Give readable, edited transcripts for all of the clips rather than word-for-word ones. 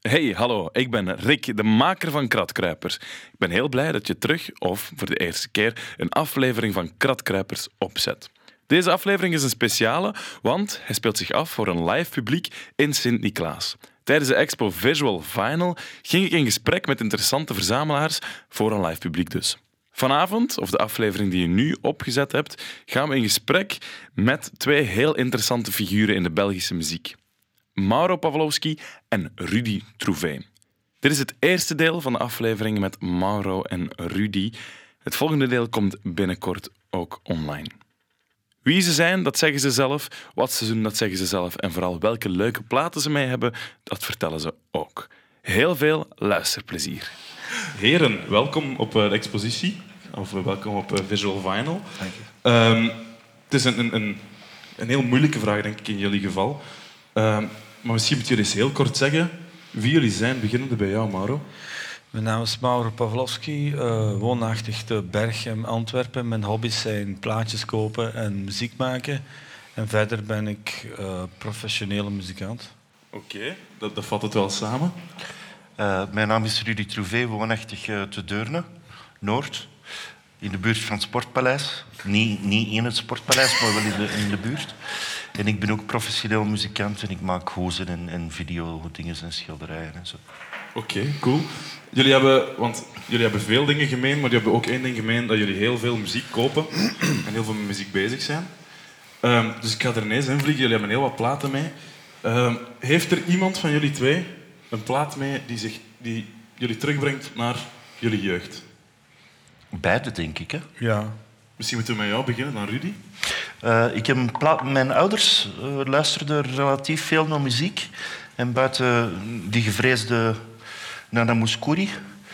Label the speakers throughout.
Speaker 1: Hey, hallo, ik ben Rick, de maker van Kratkruipers. Ik ben heel blij dat je terug, of voor de eerste keer, een aflevering van Kratkruipers opzet. Deze aflevering is een speciale, want hij speelt zich af voor een live publiek in Sint-Niklaas. Tijdens de expo Visual Vinyl ging ik in gesprek met interessante verzamelaars voor een live publiek dus. Vanavond, of de aflevering die je nu opgezet hebt, gaan we in gesprek met twee heel interessante figuren in de Belgische muziek. Mauro Pawlowski en Rudy Trouvé. Dit is het eerste deel van de aflevering met Mauro en Rudy. Het volgende deel komt binnenkort ook online. Wie ze zijn, dat zeggen ze zelf. Wat ze doen, dat zeggen ze zelf. En vooral welke leuke platen ze mee hebben, dat vertellen ze ook. Heel veel luisterplezier. Heren, welkom op de expositie. Of welkom op Visual Vinyl.
Speaker 2: Dank je.
Speaker 1: Het is een heel moeilijke vraag, denk ik, in jullie geval. Maar misschien moeten jullie eens heel kort zeggen wie jullie zijn, beginnende bij jou, Mauro.
Speaker 2: Mijn naam is Mauro Pawlowski, woonachtig te Berchem, Antwerpen. Mijn hobby's zijn plaatjes kopen en muziek maken. En verder ben ik professionele muzikant.
Speaker 1: Oké, dat vat het wel samen.
Speaker 3: Mijn naam is Rudy Trouvé, woonachtig te Deurne, Noord. In de buurt van het Sportpaleis. Niet in het Sportpaleis, maar wel in de buurt. En ik ben ook professioneel muzikant en ik maak hozen en video-dingen en schilderijen en zo.
Speaker 1: Oké, cool. Jullie hebben veel dingen gemeen, maar jullie hebben ook één ding gemeen, dat jullie heel veel muziek kopen en heel veel met muziek bezig zijn. Dus ik ga er ineens in vliegen. Jullie hebben heel wat platen mee. Heeft er iemand van jullie twee een plaat mee die jullie terugbrengt naar jullie jeugd?
Speaker 3: Beide, denk ik. Hè?
Speaker 2: Ja.
Speaker 1: Misschien moeten we met jou beginnen, dan Rudy.
Speaker 3: Ik heb mijn ouders luisterden relatief veel naar muziek. En buiten die gevreesde Nana Mouskouri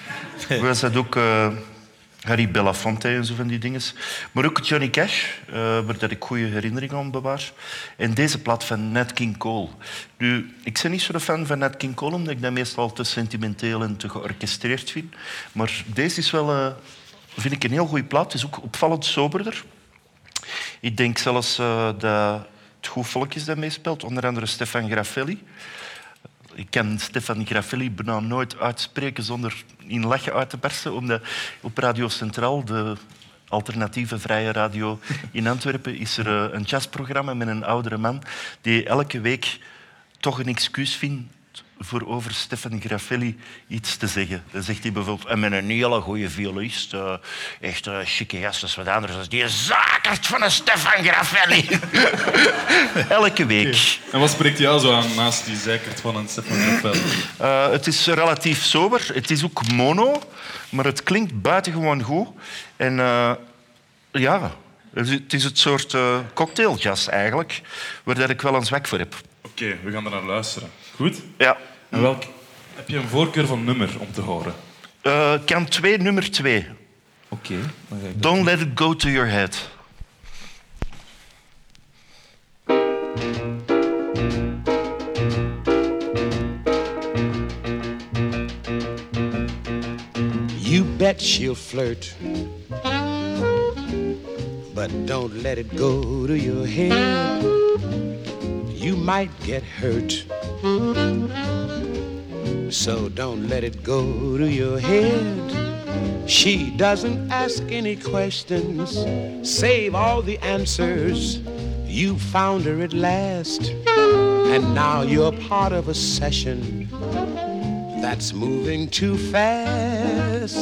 Speaker 3: was dat ook Harry Belafonte en zo van die dingen. Maar ook Johnny Cash, waar dat ik goede herinneringen aan bewaar. En deze plaat van Nat King Cole. Nu, ik ben niet zo'n fan van Nat King Cole, omdat ik dat meestal te sentimenteel en te georchestreerd vind. Maar deze is wel, vind ik, een heel goede plaat. Het is ook opvallend soberder. Ik denk zelfs dat het goed volk is dat meespeelt, onder andere Stefan Graffelli. Ik kan Stefan Graffelli bijna nooit uitspreken zonder in lachen uit te barsten, omdat op Radio Centraal, de alternatieve vrije radio in Antwerpen, is er een jazzprogramma met een oudere man die elke week toch een excuus vindt voor over Stefan Graffelli iets te zeggen. Dan zegt hij bijvoorbeeld, en met een hele goede violist, echt een chique gast, dat is wat anders dan die zakert van een Stefan Graffelli. Elke week.
Speaker 1: En wat spreekt jou zo aan naast die zakert van een Stefan Graffelli?
Speaker 3: Het is relatief sober, het is ook mono, maar het klinkt buitengewoon goed. En ja, het is het soort cocktailjazz eigenlijk, waar dat ik wel een zwak voor heb.
Speaker 1: Oké, we gaan er naar luisteren. Goed?
Speaker 3: Ja.
Speaker 1: En heb je een voorkeur van nummer om te horen?
Speaker 3: Kan 2, nummer 2.
Speaker 1: Oké.
Speaker 3: Don't let it go to your head.
Speaker 4: You bet she'll flirt, but don't let it go to your head. You might get hurt, so don't let it go to your head. She doesn't ask any questions, save all the answers. You found her at last, and now you're part of a session that's moving too fast.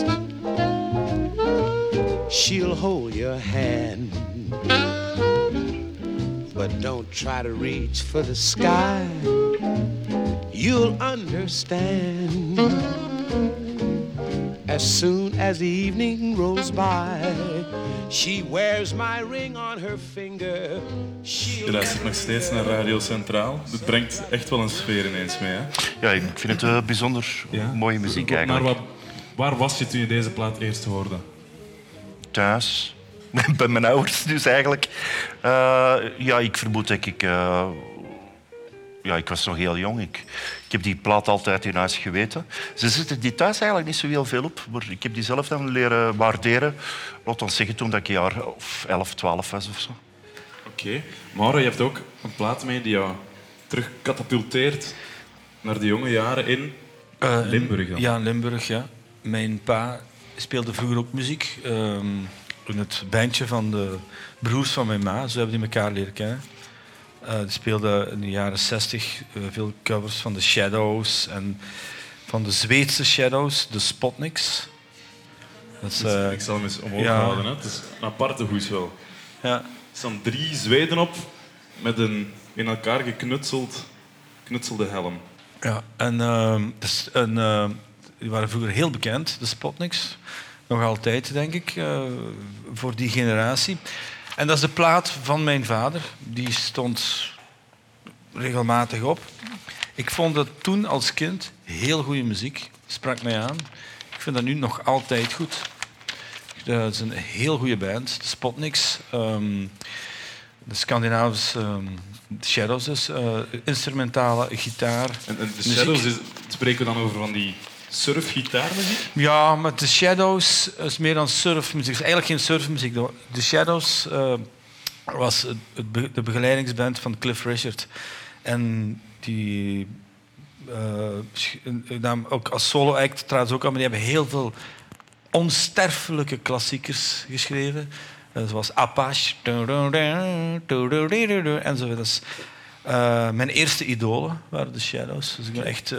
Speaker 4: She'll hold your hand, but don't try to reach for the sky. You'll understand as soon as the evening rolls by. She wears my ring on her finger.
Speaker 1: Je luistert nog steeds naar Radio Centraal. Het brengt echt wel een sfeer ineens mee, hè?
Speaker 3: Ja, ik vind het bijzonder mooie muziek eigenlijk.
Speaker 1: Maar waar was je toen je deze plaat eerst hoorde?
Speaker 3: Thuis. Bij mijn ouders dus eigenlijk. Ja, ik vermoed dat ik... ik was nog heel jong. Ik heb die plaat altijd in huis geweten. Ze zetten die thuis eigenlijk niet zo heel veel op. Maar ik heb die zelf dan leren waarderen. Laat ons zeggen toen ik een jaar of 11, 12 was of zo.
Speaker 1: Oké. Mauro, je hebt ook een plaat mee die jou terug katapulteert naar de jonge jaren in
Speaker 5: Limburg dan?
Speaker 2: Ja, Limburg, ja. Mijn pa speelde vroeger ook muziek. In het bandje van de broers van mijn ma. Zo hebben die elkaar leren kennen. Die speelden in de jaren 60 veel covers van de Shadows en van de Zweedse Shadows, de Spotniks. Dat is,
Speaker 5: Ik zal hem eens omhoog
Speaker 2: ja.
Speaker 5: houden. Hè. Het is een aparte hoes wel.
Speaker 2: Ja.
Speaker 5: Er staan 3 Zweden op met een in elkaar geknutselde helm.
Speaker 2: Ja, en die waren vroeger heel bekend, de Spotniks. Nog altijd, denk ik, voor die generatie. En dat is de plaat van mijn vader. Die stond regelmatig op. Ik vond dat toen als kind heel goede muziek. Sprak mij aan. Ik vind dat nu nog altijd goed. Het is een heel goede band, de Spotniks. De Scandinavische Shadows dus. Instrumentale gitaar.
Speaker 5: En de Shadows, spreken we dan over van die surfgitaarmuziek?
Speaker 2: Ja, maar de Shadows is meer dan surfmuziek. Het is eigenlijk geen surfmuziek. De Shadows was de begeleidingsband van Cliff Richard. En die nam ook als solo-act trouwens ook aan, maar die hebben heel veel onsterfelijke klassiekers geschreven. Zoals Apache. En zo. Dus, mijn eerste idolen waren de Shadows. Dus ik ben echt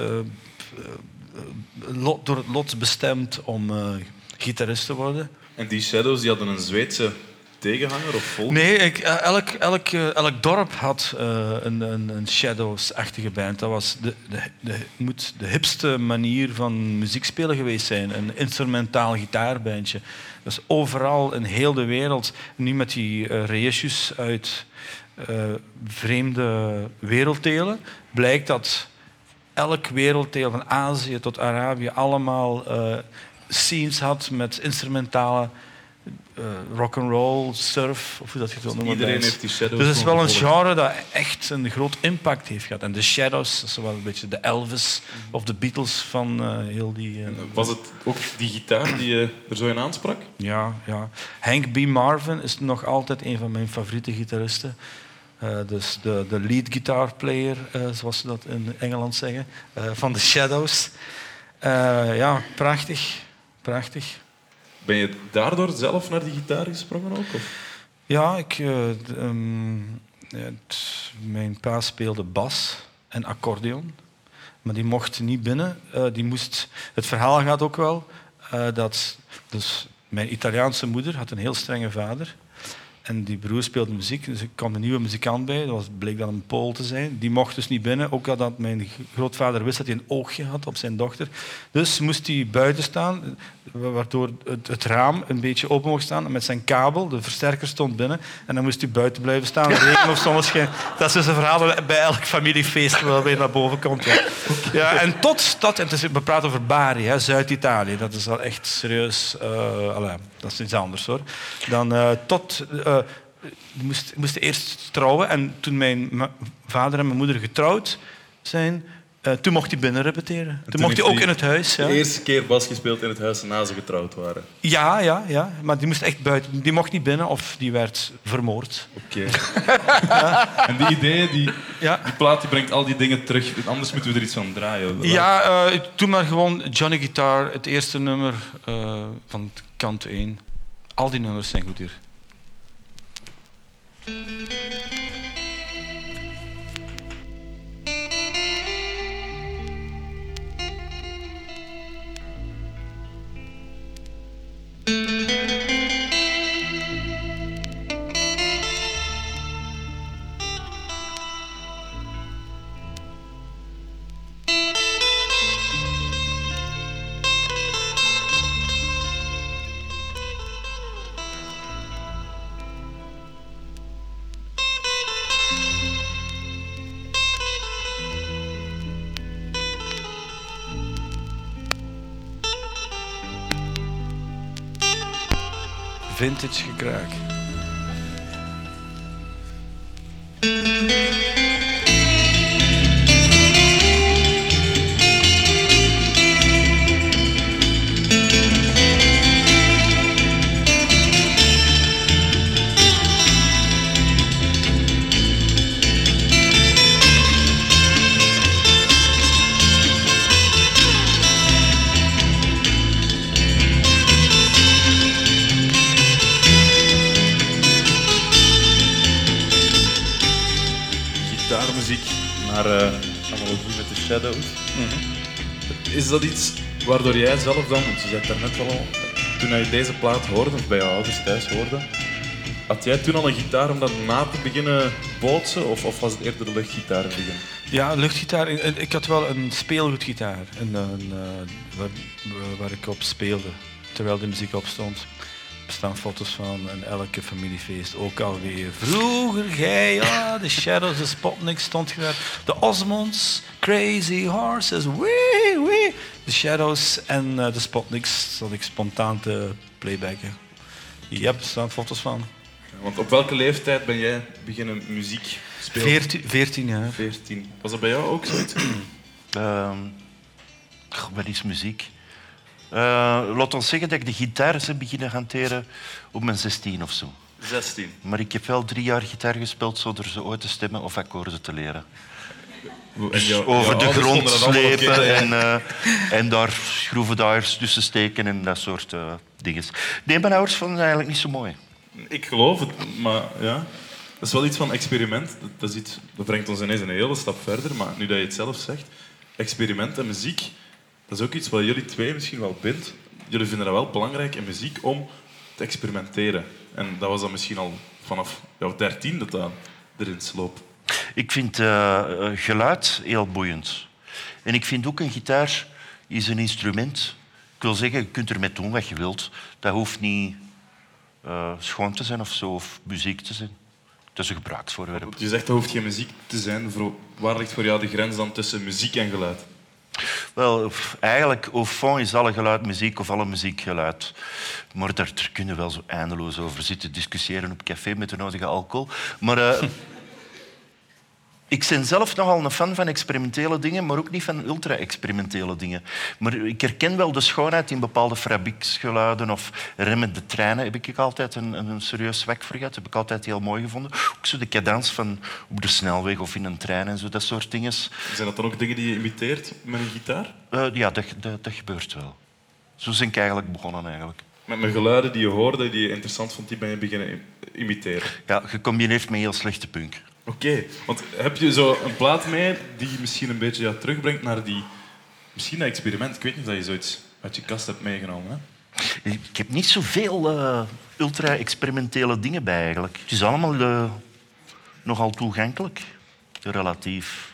Speaker 2: door het lot bestemd om gitarist te worden.
Speaker 5: En die Shadows die hadden een Zweedse tegenhanger of volk?
Speaker 2: Nee, elk dorp had een Shadows-achtige band. Dat was moet de hipste manier van muziek spelen geweest zijn. Een instrumentaal gitaarbandje. Dat is overal in heel de wereld. Nu met die reissues uit vreemde werelddelen blijkt dat elk werelddeel van Azië tot Arabië allemaal scenes had met instrumentale rock'n'roll, surf, of hoe dat je het wil noemen.
Speaker 5: Iedereen heeft die Shadows.
Speaker 2: Dus het is wel een
Speaker 5: gevolgd.
Speaker 2: genre dat echt een groot impact heeft gehad. En de Shadows, dat is wel een beetje de Elvis of de Beatles van heel die...
Speaker 5: Was het ook die gitaar die je er zo in aansprak?
Speaker 2: Ja. Hank B. Marvin is nog altijd een van mijn favoriete gitaristen. Dus de lead guitar player, zoals ze dat in Engeland zeggen, van de Shadows. Ja, prachtig.
Speaker 5: Ben je daardoor zelf naar die gitaar gesprongen ook? Of?
Speaker 2: Ja, mijn pa speelde bas en accordeon. Maar die mocht niet binnen. Het verhaal gaat ook wel dat... Dus mijn Italiaanse moeder had een heel strenge vader. En die broer speelde muziek, dus er kwam een nieuwe muzikant bij. Dat bleek dan een Pool te zijn. Die mocht dus niet binnen, ook dat mijn grootvader wist dat hij een oogje had op zijn dochter. Dus moest hij buiten staan, waardoor het raam een beetje open mocht staan. En met zijn kabel, de versterker stond binnen. En dan moest hij buiten blijven staan, regen of zonneschijn. Dat is dus een verhaal dat bij elk familiefeest wel weer naar boven komt. Ja, en we praten over Bari, Zuid-Italië. Dat is wel echt serieus... dat is iets anders, hoor. Dan moesten eerst trouwen. En toen mijn vader en mijn moeder getrouwd zijn, toen mocht hij binnen repeteren. Toen mocht hij ook in het huis. Ja.
Speaker 5: De eerste keer bas gespeeld in het huis na ze getrouwd waren.
Speaker 2: Ja. Maar die moest echt buiten. Die mocht niet binnen of die werd vermoord.
Speaker 5: Oké. En die ideeën, die plaat, die brengt al die dingen terug. Anders moeten we er iets van draaien.
Speaker 2: Ja, doe maar gewoon Johnny Guitar, het eerste nummer van kant 1. Al die nummers zijn goed hier. Vintage gekraak.
Speaker 5: haar analogie met de Shadows. Is dat iets waardoor jij zelf dan, want je zei het daarnet al, toen je deze plaat hoorde, of bij je ouders thuis hoorde, had jij toen al een gitaar om dat na te beginnen bootsen, of was het eerder de luchtgitaar in het begin?
Speaker 2: Ja, luchtgitaar. Ik had wel een speelgoedgitaar waar ik op speelde terwijl de muziek opstond. Er staan foto's van en elke familiefeest ook alweer. Vroeger jij, de Shadows, de Spotnik stond je daar. De Osmonds, Crazy Horses, wee, wee. De Shadows en de Spotniks zat ik spontaan te playbacken. Ja, er staan foto's van.
Speaker 5: Want op welke leeftijd ben jij beginnen muziek spelen?
Speaker 2: 14 jaar.
Speaker 5: 14. Was dat bij jou ook zoiets?
Speaker 3: Wat is muziek? Laat ons zeggen dat ik de gitaar ben beginnen hanteren op mijn 16 of zo.
Speaker 5: 16.
Speaker 3: Maar ik heb wel 3 jaar gitaar gespeeld zonder ze ooit te stemmen of akkoorden te leren. Dus over de grond slepen en daar schroevendraaiers tussen steken en dat soort dingen. Nee, mijn ouders vonden het eigenlijk niet zo mooi.
Speaker 5: Ik geloof het, maar ja. Dat is wel iets van experiment. Dat brengt ons ineens een hele stap verder. Maar nu dat je het zelf zegt, experiment en muziek, dat is ook iets wat jullie twee misschien wel bindt. Jullie vinden dat wel belangrijk in muziek om te experimenteren. En dat was dan misschien al vanaf jouw 13 dat erin sloop.
Speaker 3: Ik vind geluid heel boeiend. En ik vind ook een gitaar is een instrument. Ik wil zeggen, je kunt ermee doen wat je wilt. Dat hoeft niet schoon te zijn of zo, of muziek te zijn. Het is een gebruiksvoorwerp.
Speaker 5: Je zegt dat hoeft geen muziek te zijn. Waar ligt voor jou de grens dan tussen muziek en geluid?
Speaker 3: Wel, eigenlijk, au fond is alle geluid muziek of alle muziek geluid. Maar daar kunnen we wel zo eindeloos over zitten discussiëren op café met de nodige alcohol. Maar ik ben zelf nogal een fan van experimentele dingen, maar ook niet van ultra-experimentele dingen. Maar ik herken wel de schoonheid in bepaalde fabrieksgeluiden of remmende treinen. Heb ik altijd een serieus zwak voor gehad. Heb ik altijd heel mooi gevonden. Ook zo de cadans van op de snelweg of in een trein en zo, dat soort dingen.
Speaker 5: Zijn dat dan ook dingen die je imiteert met een gitaar?
Speaker 3: Ja, dat gebeurt wel. Zo ben ik eigenlijk begonnen. Eigenlijk.
Speaker 5: Met geluiden die je hoorde, die je interessant vond, die ben je beginnen imiteren?
Speaker 3: Ja, gecombineerd met heel slechte punk.
Speaker 5: Oké, want heb je zo een plaat mee die je misschien een beetje terugbrengt naar misschien dat experiment? Ik weet niet of je zoiets uit je kast hebt meegenomen. Hè?
Speaker 3: Ik heb niet zoveel ultra-experimentele dingen bij eigenlijk. Het is allemaal nogal toegankelijk, relatief.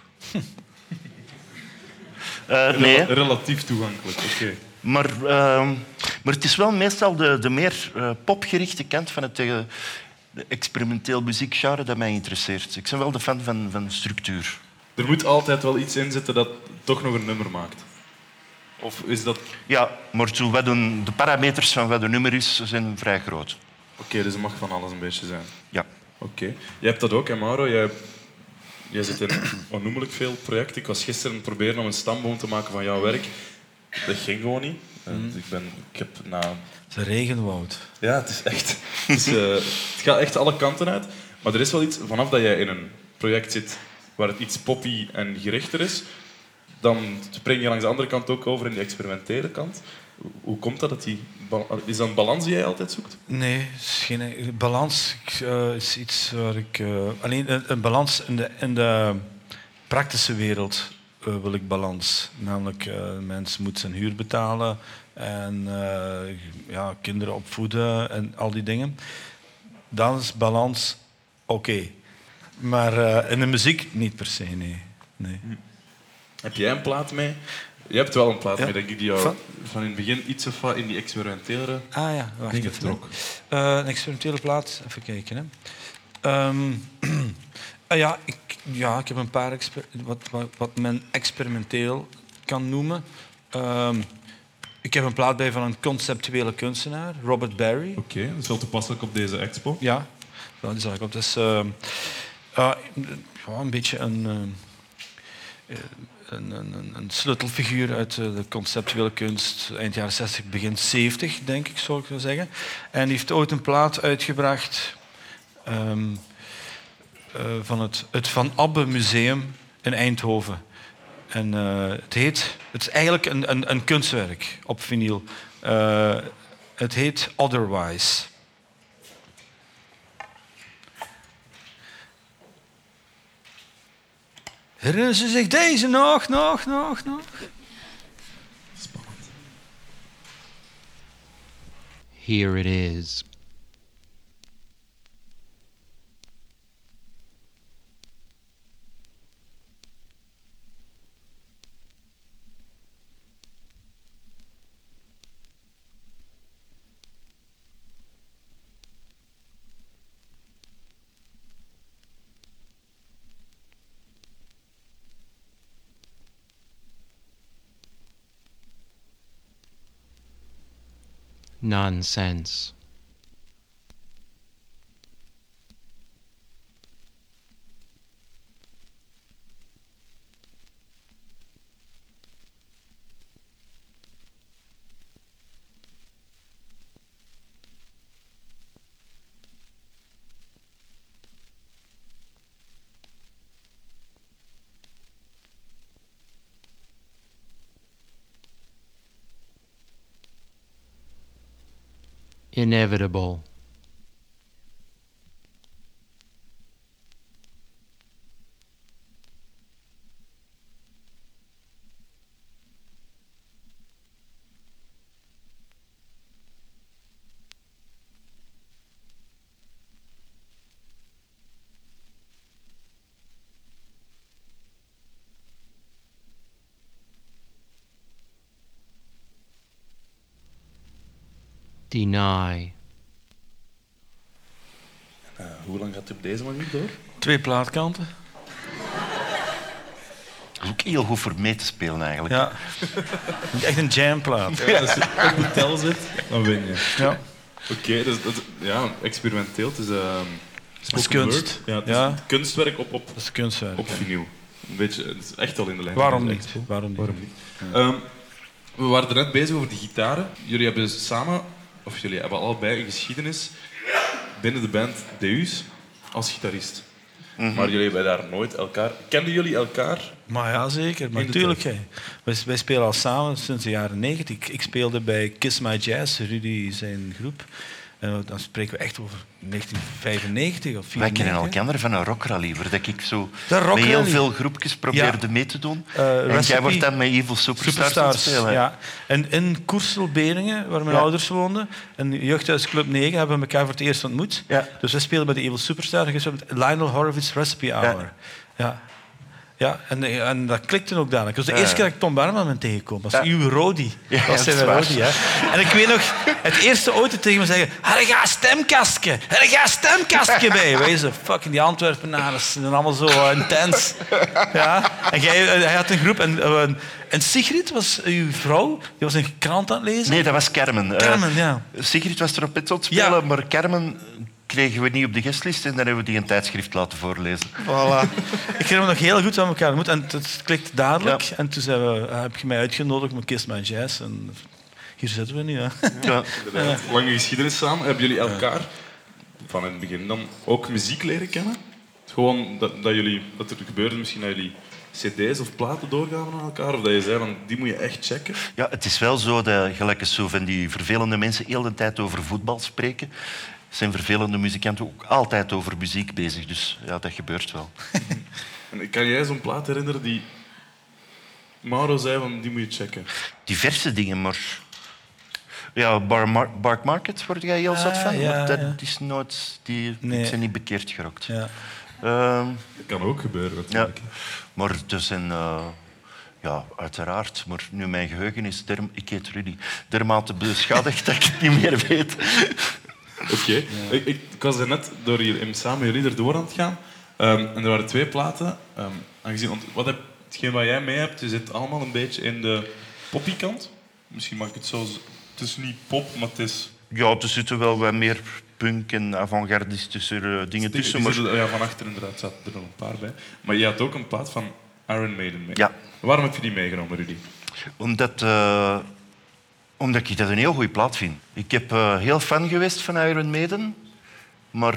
Speaker 3: Nee.
Speaker 5: Relatief toegankelijk, oké.
Speaker 3: Maar het is wel meestal de meer popgerichte kant van het de experimenteel muziekgenre dat mij interesseert. Ik ben wel de fan van structuur.
Speaker 5: Er moet altijd wel iets in zitten dat toch nog een nummer maakt. Of is dat...
Speaker 3: Ja, maar de parameters van wat een nummer is, zijn vrij groot.
Speaker 5: Oké, dus het mag van alles een beetje zijn.
Speaker 3: Ja.
Speaker 5: Oké. Jij hebt dat ook, hè, Mauro? Jij zit in onnoemelijk veel projecten. Ik was gisteren proberen om een stamboom te maken van jouw werk. Dat ging gewoon niet. Ik heb na...
Speaker 2: Het is een regenwoud.
Speaker 5: Ja, het is echt... Het gaat echt alle kanten uit. Maar er is wel iets, vanaf dat jij in een project zit waar het iets poppy en gerichter is, dan spring je langs de andere kant ook over in die experimentele kant. Hoe komt dat? Is dat een balans die jij altijd zoekt?
Speaker 2: Nee, het is geen balans. Is iets waar ik... alleen een balans in de praktische wereld wil ik balans. Namelijk, mensen moeten zijn huur betalen en kinderen opvoeden en al die dingen. Dan is balans oké. Maar in de muziek niet per se, nee.
Speaker 5: Heb jij een plaat mee? Je hebt wel een plaat mee, denk ik, die jou van in het begin iets of wat in die experimentele
Speaker 2: dingen
Speaker 5: trok.
Speaker 2: Een experimentele plaat, even kijken. Hè. Ik heb een paar wat men experimenteel kan noemen. Ik heb een plaat bij van een conceptuele kunstenaar, Robert Barry.
Speaker 5: Oké, dat is wel toepasselijk op deze expo.
Speaker 2: Ja, die zag ik op. Dus, een beetje een sleutelfiguur uit de conceptuele kunst, eind jaren 60, begin 70, denk ik, zou ik zo zeggen. En die heeft ooit een plaat uitgebracht van het Van Abbe Museum in Eindhoven. En het is eigenlijk een kunstwerk op vinyl. Het heet Otherwise. Herinneren ze zich deze nog?
Speaker 4: Here it is. Nonsense. Inevitable. Deny.
Speaker 5: Hoe lang gaat het op deze manier door?
Speaker 2: 2 plaatkanten.
Speaker 3: Dat is ook heel goed voor mee te spelen eigenlijk.
Speaker 2: Ja. Echt een jamplaat.
Speaker 5: Ja, als je op de tel zit, dan win je.
Speaker 2: Ja.
Speaker 5: Oké, dus ja, experimenteel. Het is,
Speaker 2: Dat is
Speaker 5: spoken
Speaker 2: kunst.
Speaker 5: word. Ja, het is
Speaker 2: Ja.
Speaker 5: een kunstwerk op
Speaker 2: Dat is kunstwerk.
Speaker 5: op vinyl. Een beetje, het is echt al in de lijn.
Speaker 2: Waarom
Speaker 5: van de
Speaker 2: niet?
Speaker 5: expo.
Speaker 2: Waarom niet?
Speaker 5: We waren er net bezig over de gitaren. Jullie hebben samen, of jullie hebben allebei een geschiedenis binnen de band Deus als gitarist. Maar jullie hebben daar nooit elkaar... Kenden jullie elkaar?
Speaker 2: Maar ja, zeker. Maar
Speaker 5: In de
Speaker 2: natuurlijk.
Speaker 5: tijd.
Speaker 2: Wij spelen al samen sinds de jaren 90. Ik speelde bij Kiss My Jazz, Rudy zijn groep. En dan spreken we echt over 1995 of 94.
Speaker 3: Wij kennen elkaar van een rockrally, waar ik zo
Speaker 2: De
Speaker 3: met heel
Speaker 2: rockrally.
Speaker 3: veel groepjes probeerde mee te doen. En
Speaker 2: Recipe.
Speaker 3: jij wordt dan met Evil Superstars aan het spelen.
Speaker 2: Ja. En in Koersel-Beringen, waar mijn
Speaker 3: Ja.
Speaker 2: ouders woonden, en jeugdhuis Club 9, hebben we elkaar voor het eerst ontmoet.
Speaker 3: Ja.
Speaker 2: Dus wij speelden bij de Evil Superstars en gespeeld met Lionel Horowitz Recipe Hour. Ja. Ja, en dat klikte ook dadelijk. Dat was de eerste keer dat ik Tom Barman ben tegengekomen. Dat was uw Rodi.
Speaker 3: Ja,
Speaker 2: dat was
Speaker 3: dat is
Speaker 2: zijn
Speaker 3: waar.
Speaker 2: Rodi, hè. En ik weet nog, het eerste ooit tegen me zeggen: "Heb je een stemkastje? Heb je een stemkastje bij?" Wij zo, fucking die Antwerpenaren, ze zijn allemaal zo intens. Ja. En hij had een groep en Sigrid was uw vrouw, die was een krant aan het lezen.
Speaker 3: Nee, dat was Carmen.
Speaker 2: Carmen, ja.
Speaker 3: Sigrid was trompet aan het spelen,
Speaker 2: Ja.
Speaker 3: maar Carmen kregen we niet op de gestlist en dan hebben we die een tijdschrift laten voorlezen.
Speaker 2: Voilà. Ik herinner me nog heel goed aan elkaar ontmoet en het klikt dadelijk. Ja. En toen heb je mij uitgenodigd met Kiss My Jazz. En hier zitten we nu. Hè.
Speaker 3: Ja.
Speaker 5: Inderdaad. Lange geschiedenis samen. Hebben jullie elkaar van in het begin dan ook muziek leren kennen? Gewoon dat er gebeurde misschien dat jullie cd's of platen doorgaven aan elkaar? Of dat je zei van, die moet je echt checken?
Speaker 3: Ja, het is wel zo dat gelijk eens zo van die vervelende mensen heel de tijd over voetbal spreken. Zijn vervelende muzikanten ook altijd over muziek bezig. Dus ja, dat gebeurt wel.
Speaker 5: En kan jij zo'n plaat herinneren die Mauro zei van, die moet je checken?
Speaker 3: Diverse dingen, maar... Ja, Bark Market word jij heel zat van.
Speaker 2: ja,
Speaker 3: maar dat
Speaker 2: ja.
Speaker 3: is nooit... Die
Speaker 2: Nee.
Speaker 3: zijn niet bekeerd gerokt.
Speaker 2: Ja.
Speaker 5: Dat kan ook gebeuren, natuurlijk.
Speaker 3: Ja. Maar er zijn... ja, uiteraard. Maar nu mijn geheugen is... Ik heet Rudy. Dermate beschadigd dat ik het niet meer weet.
Speaker 5: Oké. Ik was er net door hier samen jullie erdoor aan het gaan. En er waren 2 platen. Aangezien, want hetgeen wat jij mee hebt, je zit allemaal een beetje in de poppy-kant. Misschien mag ik het zo... Het is niet pop, maar het is...
Speaker 3: Ja, er zitten wel wat meer punk en avant-gardistische dingen tussen. Maar...
Speaker 5: Ja, van achter inderdaad zaten er nog een paar bij. Maar je had ook een plaat van Iron Maiden mee.
Speaker 3: Ja.
Speaker 5: Waarom heb je die meegenomen, Rudy?
Speaker 3: Omdat ik dat een heel goede plaat vind. Ik heb heel fan geweest van Iron Maiden. Maar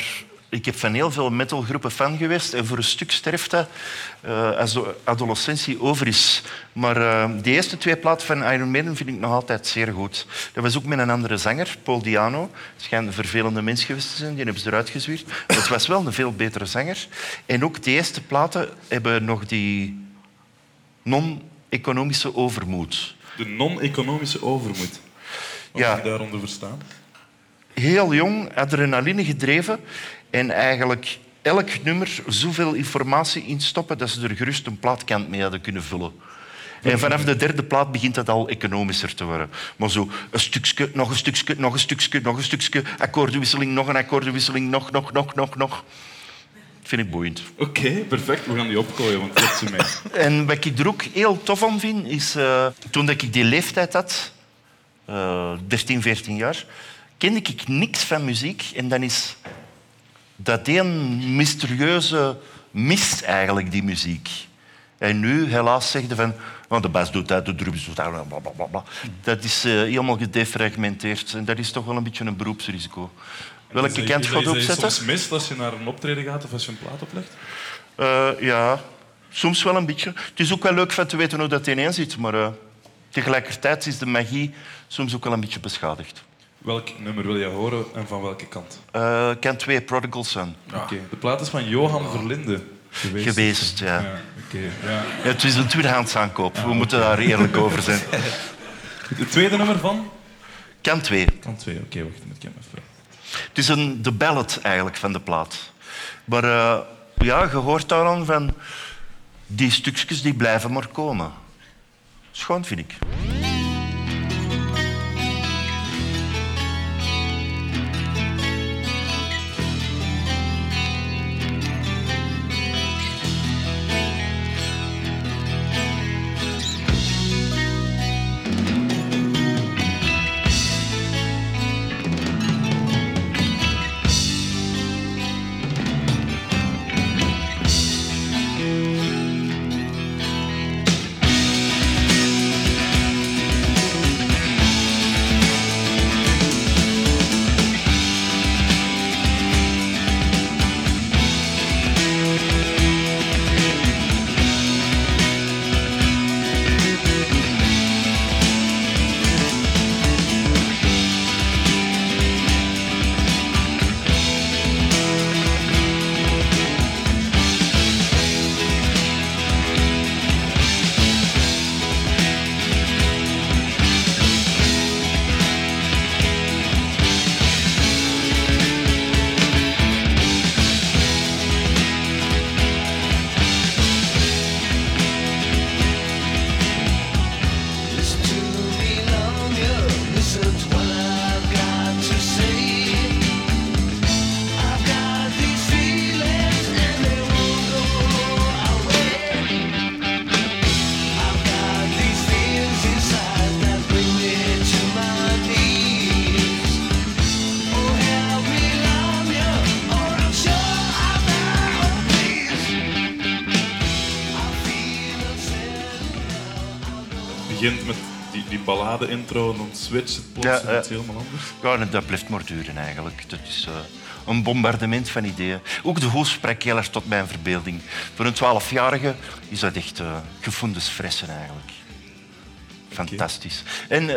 Speaker 3: ik heb van heel veel metalgroepen fan geweest en voor een stuk sterft dat als de adolescentie over is. Maar de eerste 2 platen van Iron Maiden vind ik nog altijd zeer goed. Dat was ook met een andere zanger, Paul Di'Anno. Het schijnt een vervelende mens geweest te zijn, die hebben ze eruit gezwierd. Maar het was wel een veel betere zanger. En ook de eerste platen hebben nog die non-economische overmoed.
Speaker 5: De non-economische overmoed. Wat
Speaker 3: Ja.
Speaker 5: moet je daaronder verstaan?
Speaker 3: Heel jong, adrenaline gedreven en eigenlijk elk nummer zoveel informatie instoppen dat ze er gerust een plaatkant mee hadden kunnen vullen. En vanaf de 3e plaat begint dat al economischer te worden. Maar zo een stukje, nog een stukje, nog een stukje, nog een stukje, akkoordenwisseling, nog een akkoordenwisseling, nog. Dat vind ik boeiend.
Speaker 5: Oké, perfect. We gaan die opgooien, want dat ze mee.
Speaker 3: En wat ik er ook heel tof aan vind, is toen dat ik die leeftijd had, 13, 14 jaar, kende ik niks van muziek. En dan is dat een mysterieuze mist eigenlijk, die muziek. En nu, helaas, zeg je van... Oh, de bas doet dat, de drums doet dat, blablabla. Dat is helemaal gedefragmenteerd. En dat is toch wel een beetje een beroepsrisico. Welke kant gaat je opzetten?
Speaker 5: Is het soms mist als je naar een optreden gaat of als je een plaat oplegt?
Speaker 3: Ja, soms wel een beetje. Het is ook wel leuk van te weten hoe dat ineen zit, maar tegelijkertijd is de magie soms ook wel een beetje beschadigd.
Speaker 5: Welk nummer wil je horen en van welke kant?
Speaker 3: Kant 2, Prodigal Son.
Speaker 5: Oké. De plaat is van Johan Verlinde.
Speaker 3: Geweest, ja.
Speaker 5: Oké, ja.
Speaker 3: Ja, het is een tweedehands aankoop. We moeten daar eerlijk over zijn.
Speaker 5: Het tweede nummer van?
Speaker 3: Kant 2.
Speaker 5: Kant 2, oké, wacht, moet ik hem even...
Speaker 3: Het is de ballad eigenlijk van de plaat. Maar ja, je hoort daar dan van... Die stukjes die blijven maar komen. Schoon, vind ik.
Speaker 5: Het begint met die ballade-intro en dan switcht het plots en het is helemaal anders.
Speaker 3: Ja, en dat blijft maar duren eigenlijk. Dat is een bombardement van ideeën. Ook de hoes sprak heel erg tot mijn verbeelding. Voor een 12-jarige is dat echt gevonden fressen eigenlijk. Fantastisch. En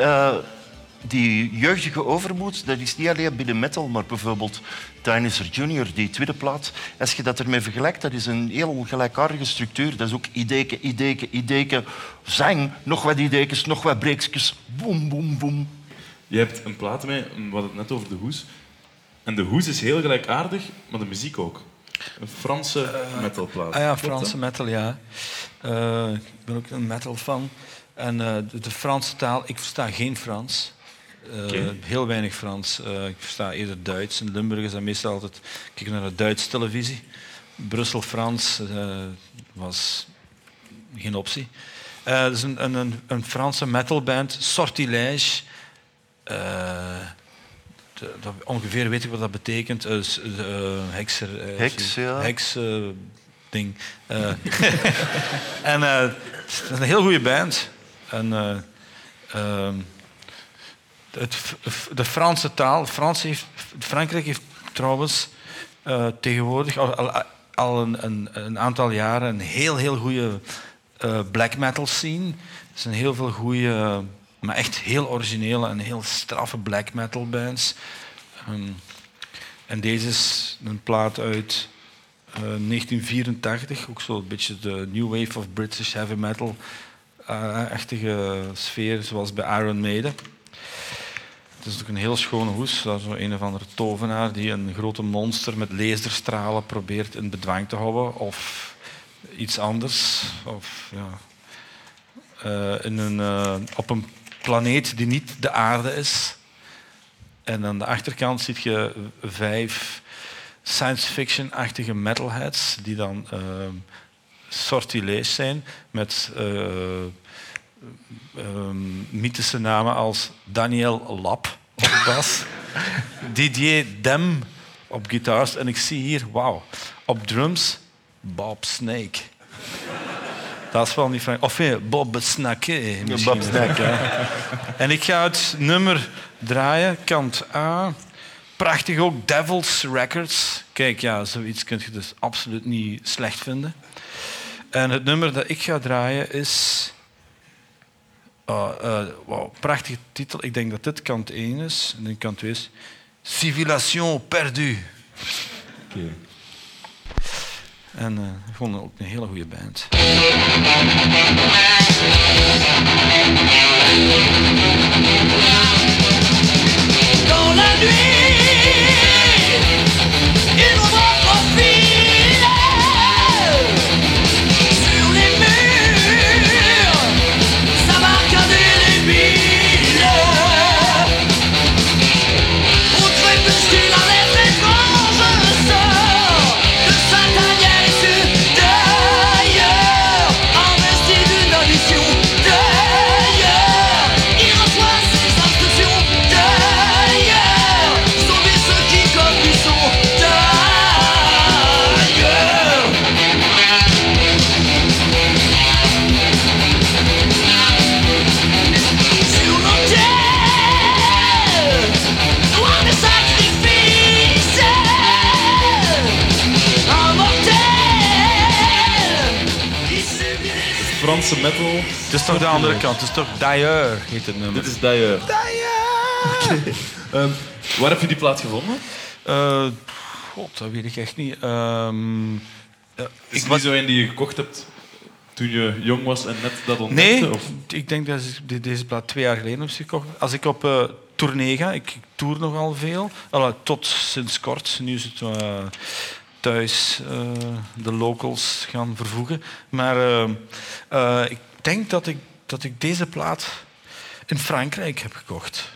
Speaker 3: die jeugdige overmoed, dat is niet alleen binnen metal, maar bijvoorbeeld Dinosaur Jr., die tweede plaat. Als je dat ermee vergelijkt, dat is een heel gelijkaardige structuur. Dat is ook ideeke, zang, nog wat ideekjes, nog wat breekjes, boem, boem, boem.
Speaker 5: Je hebt een plaat mee, we hadden het net over de hoes. En de hoes is heel gelijkaardig, maar de muziek ook. Een Franse metalplaat.
Speaker 2: Ja, Franse metal, ja. Ik ben ook een metal fan. En de Franse taal, ik versta geen Frans. Heel weinig Frans. Ik versta eerder Duits. In Limburg is dat meestal altijd kijken naar de Duitse televisie. Brussel-Frans was geen optie. Het is een Franse metalband, Sortilège. Ongeveer weet ik wat dat betekent.
Speaker 3: Heks, ja.
Speaker 2: Ding. En het is een heel goede band. En, de Franse taal. Frankrijk heeft trouwens tegenwoordig al een aantal jaren een heel goede black metal scene. Er zijn heel veel goede, maar echt heel originele en heel straffe black metal bands. En deze is een plaat uit 1984, ook zo'n beetje de new wave of British heavy metal. Achtige sfeer, zoals bij Iron Maiden. Het is ook een heel schone hoes. Dat is zo een of andere tovenaar die een grote monster met laserstralen probeert in bedwang te houden. Of iets anders. Of, ja, op een planeet die niet de aarde is. En aan de achterkant zie je 5 science-fiction-achtige metalheads die dan sortilees zijn met mythische namen als Daniel Lap op bas, Didier Dem op gitaars en ik zie hier, wauw, op drums Bob Snake. Dat is wel niet van... Of Bob Snake.
Speaker 3: Bob Snake.
Speaker 2: En ik ga het nummer draaien, kant A. Prachtig ook, Devil's Records. Kijk, ja, zoiets kun je dus absoluut niet slecht vinden. En het nummer dat ik ga draaien is... wow, prachtige titel. Ik denk dat dit kant 1 is. En kant 2 is... Civilisation perdue.
Speaker 5: Okay.
Speaker 2: En gewoon ook een hele goede band.
Speaker 6: Dans la nuit, il va profiler sur les murs, ça marque indélébile. Au crépuscule, un être étrange sort de sa tanière issue d'ailleurs, investi d'une ambition d'ailleurs, il reçoit ses instructions d'ailleurs, sauver ceux qui comme lui sont d'ailleurs. Sur l'autel, loin des sacrifices, un mortel qui subit les
Speaker 5: Franse metal.
Speaker 2: Het is toch de andere kant. Het is toch D'ailleurs heet het nummer.
Speaker 5: Dit is D'ailleurs. Waar heb je die plaat gevonden?
Speaker 2: God, dat weet ik echt niet.
Speaker 5: Is het niet zo een die je gekocht hebt toen je jong was en net dat ontdekte?
Speaker 2: Nee,
Speaker 5: Of?
Speaker 2: ik denk dat ik deze plaat 2 jaar geleden heb gekocht. Als ik op tournee ga, ik tour nogal veel, tot sinds kort. Nu is het thuis de locals gaan vervoegen. Maar ik denk dat ik deze plaat in Frankrijk heb gekocht.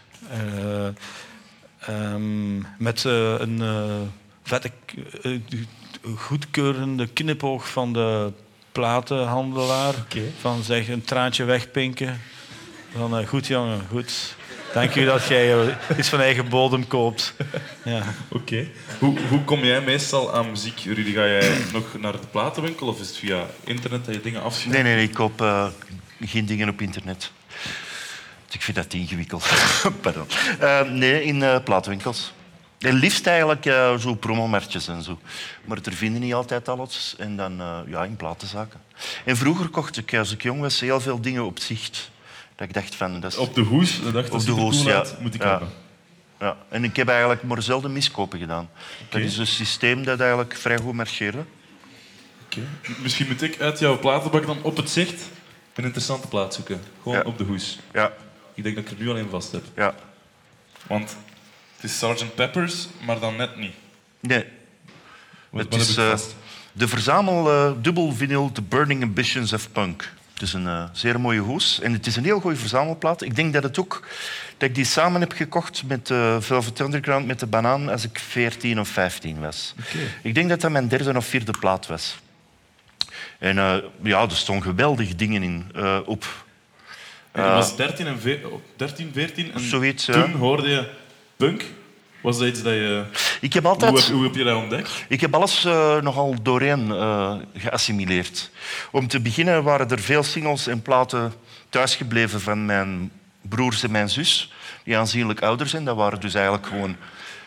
Speaker 2: Met een vette goedkeurende knipoog van de platenhandelaar.
Speaker 5: Oké.
Speaker 2: Van zeg een traantje wegpinken. Van goed jongen, goed. Dank u dat jij iets van eigen bodem koopt. Ja.
Speaker 5: Oké. Hoe kom jij meestal aan muziek, Rudy? Ga jij nog naar de platenwinkel of is het via internet dat je dingen afschuift?
Speaker 3: Nee, ik koop geen dingen op internet. Ik vind dat ingewikkeld. Pardon. Nee, in platenwinkels. En liefst eigenlijk zo promomarktjes en zo. Maar er vinden niet altijd alles. En dan in platenzaken. En vroeger kocht ik, als ik jong was, heel veel dingen op zicht. Dat ik dacht van... Dat is...
Speaker 5: Op de hoes? Dat dacht,
Speaker 3: Op
Speaker 5: als
Speaker 3: de
Speaker 5: je
Speaker 3: hoes,
Speaker 5: cool
Speaker 3: ja.
Speaker 5: uit, moet ik hebben.
Speaker 3: Ja. En ik heb eigenlijk maar zelden miskopen gedaan. Dat is een systeem dat eigenlijk vrij goed marcheerde.
Speaker 5: Oké. Misschien moet ik uit jouw platenbak dan op het zicht een interessante plaat zoeken. Gewoon
Speaker 3: Ja.
Speaker 5: op de hoes.
Speaker 3: Ja,
Speaker 5: Ik denk dat ik er nu al een vast heb.
Speaker 3: ja.
Speaker 5: Want het is Sgt. Peppers, maar dan net niet.
Speaker 3: Nee.
Speaker 5: Wat
Speaker 3: Het
Speaker 5: heb
Speaker 3: is
Speaker 5: ik vast?
Speaker 3: de verzamel dubbel vinyl The Burning Ambitions of Punk. Het is een zeer mooie hoes en het is een heel goede verzamelplaat. Ik denk dat ik die samen heb gekocht met Velvet Underground met de Banaan als ik 14 of 15 was.
Speaker 5: Oké.
Speaker 3: Ik denk dat dat mijn 3e of 4e plaat was. En er stonden geweldige dingen in op.
Speaker 5: Je was 13, 14 en
Speaker 3: Zoiets, ja.
Speaker 5: toen hoorde je punk. Was dat iets dat je...
Speaker 3: Ik heb altijd...
Speaker 5: Hoe heb je dat ontdekt?
Speaker 3: Ik heb alles nogal doorheen geassimileerd. Om te beginnen waren er veel singles en platen thuisgebleven van mijn broers en mijn zus, die aanzienlijk ouder zijn. Dat waren dus eigenlijk gewoon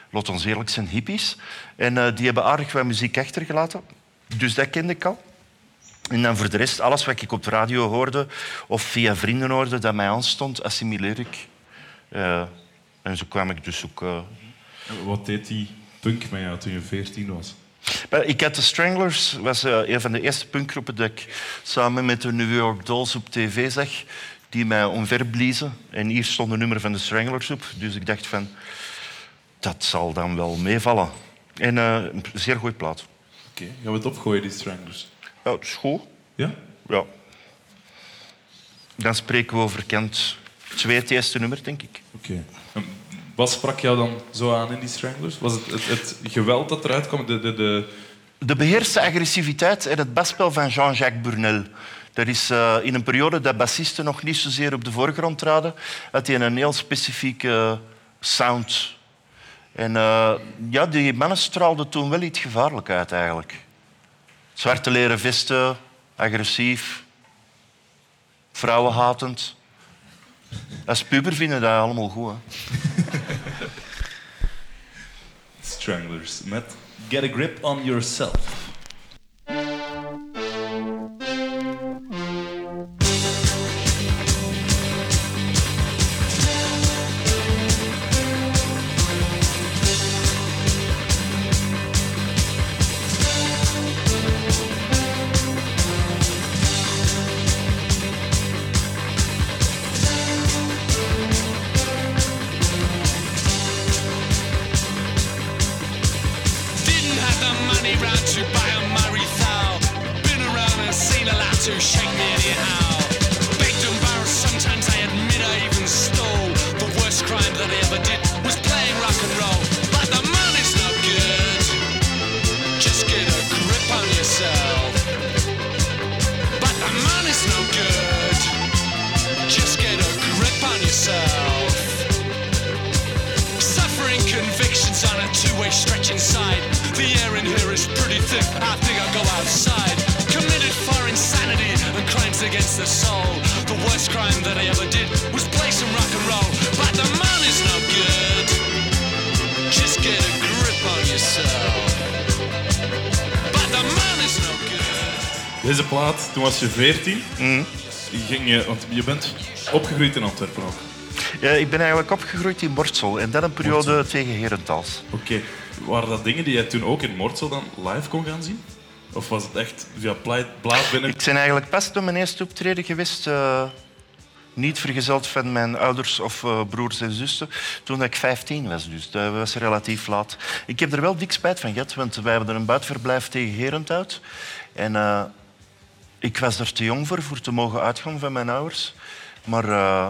Speaker 3: laat ons eerlijk zijn, hippies. En die hebben aardig wat muziek achtergelaten. Dus dat kende ik al. En dan voor de rest, alles wat ik op de radio hoorde of via vrienden hoorde dat mij aanstond, assimileer ik. En zo kwam ik dus ook...
Speaker 5: Wat deed die punk met jou toen je 14 was?
Speaker 3: Ik had de Stranglers, was een van de eerste punkgroepen dat ik samen met de New York Dolls op tv zag, die mij omverbliezen. En hier stond een nummer van de Stranglers op. Dus ik dacht van, dat zal dan wel meevallen. En een zeer goede plaat.
Speaker 5: Oké, gaan we het opgooien, die Stranglers?
Speaker 3: Ja, het is goed.
Speaker 5: Ja?
Speaker 3: Ja. Dan spreken we over kant 2, het eerste nummer, denk ik.
Speaker 5: Oké. Wat sprak jou dan zo aan in die Stranglers? Was het geweld dat eruit kwam?
Speaker 3: De beheerste agressiviteit en het basspel van Jean-Jacques Brunel. Dat is in een periode dat bassisten nog niet zozeer op de voorgrond traden, had hij een heel specifieke sound. En ja, die mannen straalden toen wel iets gevaarlijk uit, eigenlijk. Zwarte leren vesten, agressief, vrouwenhatend. Als puber vinden dat allemaal goed. Hè?
Speaker 5: Stranglers met Get a Grip on Yourself. Deze plaat, toen was je 14. Want je bent opgegroeid in Antwerpen ook.
Speaker 3: Ja, ik ben eigenlijk opgegroeid in Mortsel. En dat een periode tegen Herentals.
Speaker 5: Oké. Waren dat dingen die jij toen ook in Mortsel dan live kon gaan zien? Of was het echt via plaat binnen?
Speaker 3: Ik ben eigenlijk pas door mijn eerste optreden geweest. Niet vergezeld van mijn ouders of broers en zussen. Toen ik 15 was. Dus dat was relatief laat. Ik heb er wel dik spijt van gehad. Want wij hebben een buitenverblijf tegen Herenthout. En ik was er te jong voor te mogen uitgaan van mijn ouders. Maar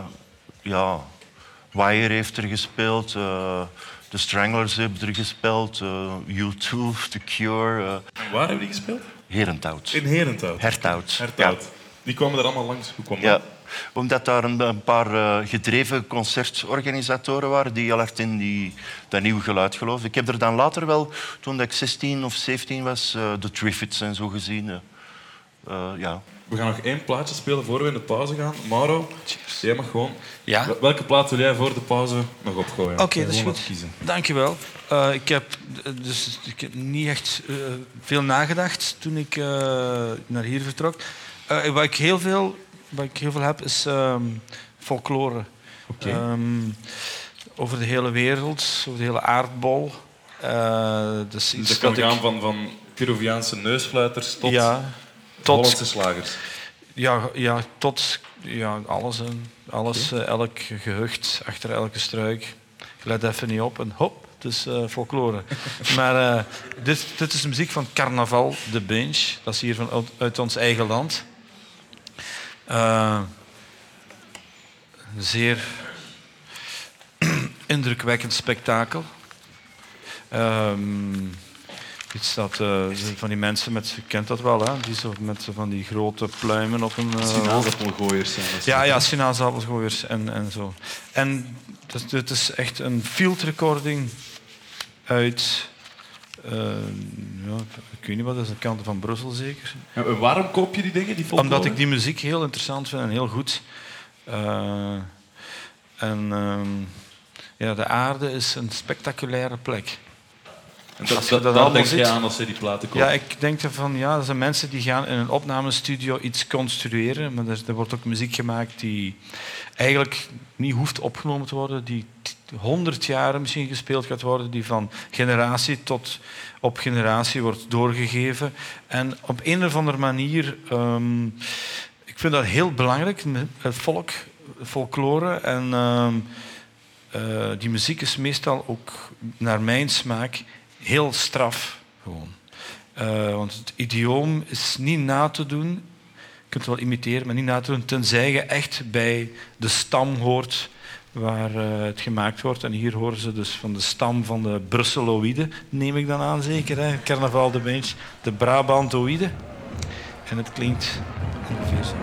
Speaker 3: ja, Wire heeft er gespeeld. De Stranglers hebben er gespeeld. U2, The Cure.
Speaker 5: Waar hebben die gespeeld?
Speaker 3: Herenthout.
Speaker 5: In Herenthout?
Speaker 3: Herthout.
Speaker 5: Herthout.
Speaker 3: Ja.
Speaker 5: Die kwamen er allemaal langs. Hoe kwam dat?
Speaker 3: Ja, omdat daar een paar gedreven concertorganisatoren waren die heel hard in dat nieuw geluid geloofden. Ik heb er dan later wel, toen ik 16 of 17 was, de Triffids en zo gezien. Ja.
Speaker 5: We gaan nog 1 plaatje spelen voor we in de pauze gaan. Mauro, jij mag gewoon...
Speaker 2: Ja?
Speaker 5: Welke plaat wil jij voor de pauze nog opgooien?
Speaker 2: Oké, dat is
Speaker 5: Gewoon
Speaker 2: goed.
Speaker 5: kiezen.
Speaker 2: Dankjewel. Ik heb niet echt veel nagedacht toen ik naar hier vertrok. Wat ik heel veel heb, is folklore.
Speaker 5: Oké.
Speaker 2: Over de hele wereld, over de hele aardbol. Dus
Speaker 5: Dus dat kan gaan van Peruviaanse neusfluiters tot Hollandse slagers.
Speaker 2: Ja, tot alles. Alles elk gehucht, achter elke struik. Let even niet op en hop, het is folklore. Maar dit is de muziek van Carnaval de Binge. Dat is hier uit ons eigen land. Een zeer indrukwekkend spektakel. Iets dat van die mensen met, je kent dat wel, hè? Die zo met van die grote pluimen op een
Speaker 5: Sinaasappelgooiers zijn.
Speaker 2: Ja, sinaasappelgooiers en zo. En dit is echt een field recording uit, ik weet niet wat, dat is de kant van Brussel zeker.
Speaker 5: En waarom koop je die dingen, die folklore?
Speaker 2: Omdat ik die muziek heel interessant vind en heel goed. Ja, de aarde is een spectaculaire plek.
Speaker 5: En
Speaker 2: Als je dat
Speaker 5: daar
Speaker 2: allemaal
Speaker 5: denk je
Speaker 2: ziet-
Speaker 5: aan als je die platen koopt.
Speaker 2: Ja, ik denk van ja, dat zijn mensen die gaan in een opnamestudio iets construeren, maar er wordt ook muziek gemaakt die eigenlijk niet hoeft opgenomen te worden, die 100 jaar misschien gespeeld gaat worden, die van generatie tot op generatie wordt doorgegeven. En op een of andere manier, ik vind dat heel belangrijk, het volk, folklore en die muziek is meestal ook naar mijn smaak heel straf gewoon. Want het idioom is niet na te doen. Je kunt het wel imiteren, maar niet na te doen, tenzij je echt bij de stam hoort waar het gemaakt wordt. En hier horen ze dus van de stam van de Brusseloïden, neem ik dan aan zeker. Hè? Carnaval de Beens, de Brabantoïden. En het klinkt ongeveer zo.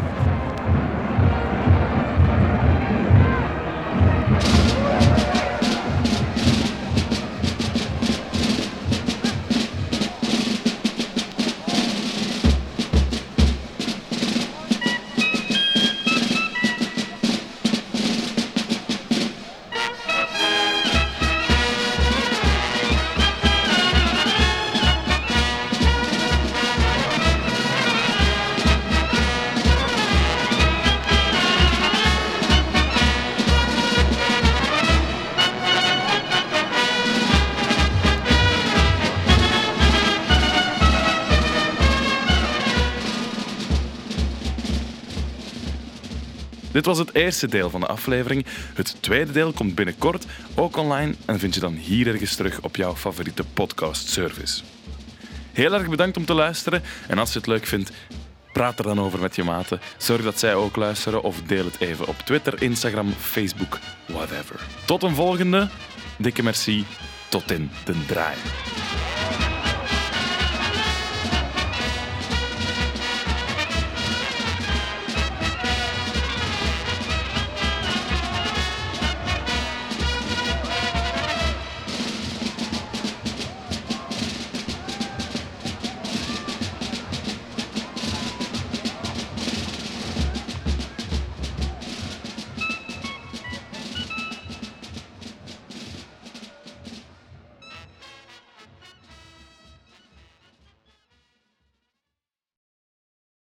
Speaker 1: Dit was het eerste deel van de aflevering. Het tweede deel komt binnenkort ook online en vind je dan hier ergens terug op jouw favoriete podcastservice. Heel erg bedankt om te luisteren en als je het leuk vindt, praat er dan over met je maten. Zorg dat zij ook luisteren of deel het even op Twitter, Instagram, Facebook, whatever. Tot een volgende. Dikke merci. Tot in den draai.